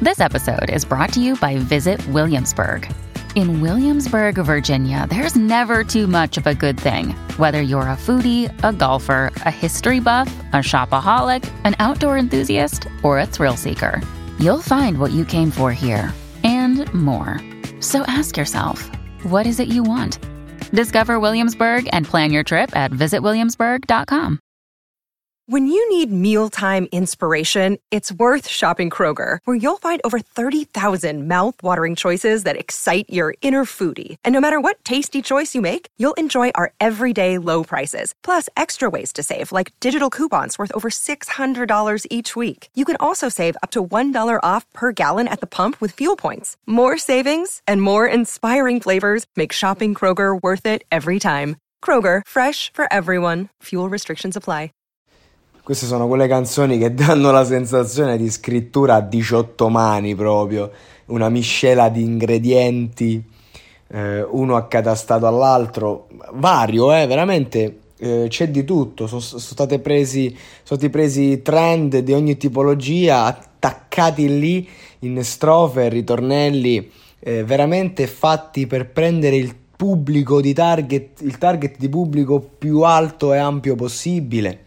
This episode is brought to you by Visit Williamsburg. In Williamsburg, Virginia, there's never too much of a good thing. Whether you're a foodie, a golfer, a history buff, a shopaholic, an outdoor enthusiast, or a thrill seeker, you'll find what you came for here and more. So ask yourself, what is it you want? Discover Williamsburg and plan your trip at visitwilliamsburg.com. When you need mealtime inspiration, it's worth shopping Kroger, where you'll find over 30,000 mouth-watering choices that excite your inner foodie. And no matter what tasty choice you make, you'll enjoy our everyday low prices, plus extra ways to save, like digital coupons worth over $600 each week. You can also save up to $1 off per gallon at the pump with fuel points. More savings and more inspiring flavors make shopping Kroger worth it every time. Kroger, fresh for everyone. Fuel restrictions apply. Queste sono quelle canzoni che danno la sensazione di scrittura a 18 mani proprio, una miscela di ingredienti, uno accatastato all'altro, vario, veramente c'è di tutto, sono stati presi trend di ogni tipologia, attaccati lì in strofe e ritornelli, veramente fatti per prendere il pubblico di il target di pubblico più alto e ampio possibile.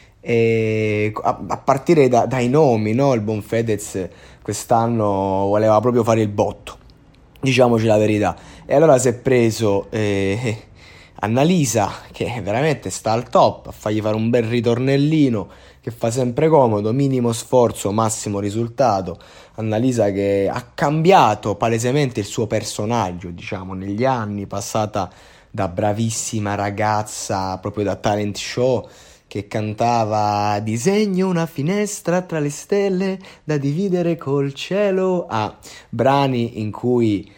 E a partire dai nomi, no? Il buon Fedez quest'anno voleva proprio fare il botto, diciamoci la verità, e allora si è preso Annalisa, che veramente sta al top, a fargli fare un bel ritornellino che fa sempre comodo, minimo sforzo, massimo risultato. Annalisa che ha cambiato palesemente il suo personaggio, diciamo, negli anni, passata da bravissima ragazza proprio da talent show, che cantava disegno una finestra tra le stelle da dividere col cielo, a brani in cui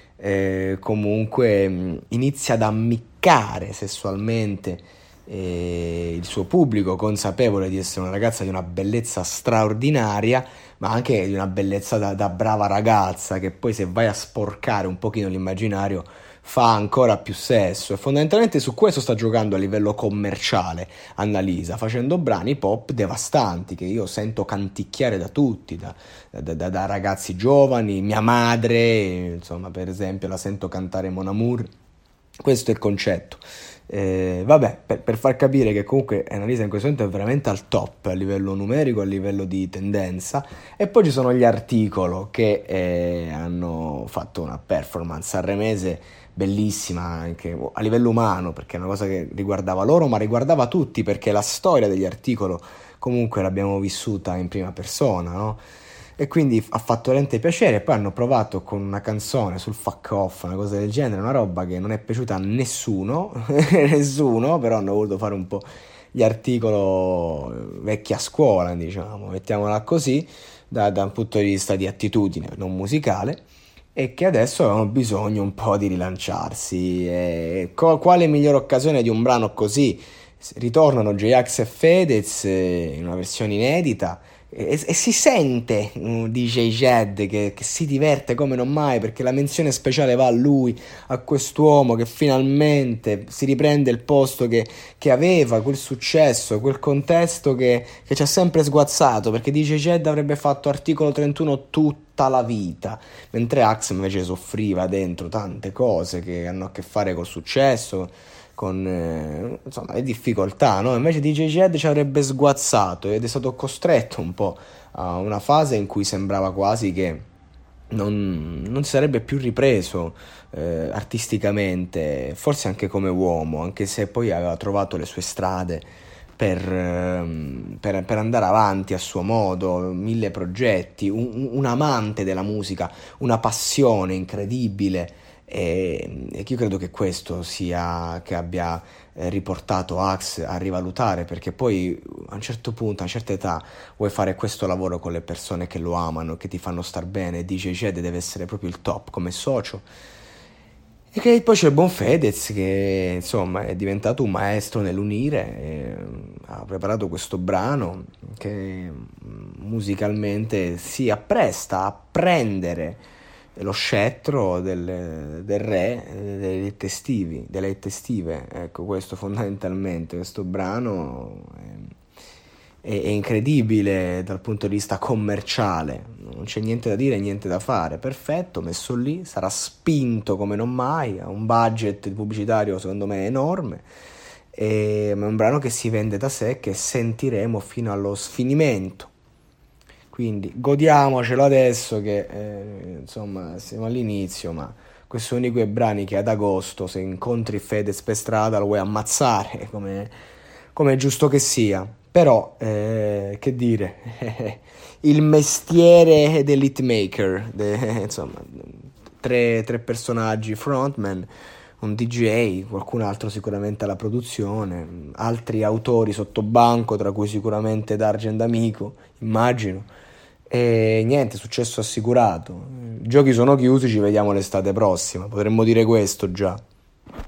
comunque inizia ad ammiccare sessualmente il suo pubblico, consapevole di essere una ragazza di una bellezza straordinaria, ma anche di una bellezza da brava ragazza, che poi, se vai a sporcare un pochino l'immaginario, fa ancora più sesso. E fondamentalmente su questo sta giocando a livello commerciale Annalisa, facendo brani pop devastanti che io sento canticchiare da tutti, da ragazzi giovani. Mia madre, insomma, per esempio, la sento cantare Mon Amour. Questo è il concetto. Vabbè, per far capire che comunque Annalisa in questo momento è veramente al top a livello numerico, a livello di tendenza. E poi ci sono gli Articolo, che hanno fatto una performance sanremese bellissima anche a livello umano, perché è una cosa che riguardava loro, ma riguardava tutti, perché la storia degli Articolo comunque l'abbiamo vissuta in prima persona, no? E quindi ha fatto veramente piacere. E poi hanno provato con una canzone sul fuck off, una cosa del genere, una roba che non è piaciuta a nessuno nessuno, però hanno voluto fare un po' gli Articolo vecchia scuola, diciamo, mettiamola così, da un punto di vista di attitudine non musicale, e che adesso avevano bisogno un po' di rilanciarsi. E quale migliore occasione di un brano così? Ritornano J-Ax e Fedez in una versione inedita, e si sente DJ Jed che si diverte come non mai, perché la menzione speciale va a lui, a quest'uomo che finalmente si riprende il posto che aveva, quel successo, quel contesto che ci ha sempre sguazzato, perché DJ Jed avrebbe fatto Articolo 31 tutta la vita, mentre Axe invece soffriva dentro tante cose che hanno a che fare col successo, con insomma le difficoltà, no? Invece DJ Jed ci avrebbe sguazzato ed è stato costretto un po' a una fase in cui sembrava quasi che non si sarebbe più ripreso artisticamente, forse anche come uomo, anche se poi aveva trovato le sue strade per andare avanti a suo modo, 1000 progetti, un amante della musica, una passione incredibile. E io credo che questo sia che abbia riportato Axe a rivalutare, perché poi a un certo punto, a una certa età, vuoi fare questo lavoro con le persone che lo amano, che ti fanno star bene. DJ Jed deve essere proprio il top come socio. E che poi c'è il buon Fedez, che insomma è diventato un maestro nell'unire, ha preparato questo brano che musicalmente si appresta a prendere lo scettro del re delle hit estive. Ecco, questo fondamentalmente, questo brano è incredibile dal punto di vista commerciale, non c'è niente da dire, niente da fare, perfetto, messo lì, sarà spinto come non mai, ha un budget pubblicitario secondo me enorme, ma è un brano che si vende da sé, che sentiremo fino allo sfinimento. Quindi godiamocelo adesso che insomma siamo all'inizio, ma questo è uno di quei brani che ad agosto, se incontri Fedez per strada, lo vuoi ammazzare, come è giusto che sia. Però, che dire, il mestiere dell'hitmaker, insomma, tre personaggi, frontman, un DJ, qualcun altro sicuramente alla produzione, altri autori sotto banco, tra cui sicuramente D'Argent Amico, immagino. E niente, successo assicurato. I giochi sono chiusi, ci vediamo l'estate prossima, potremmo dire questo già.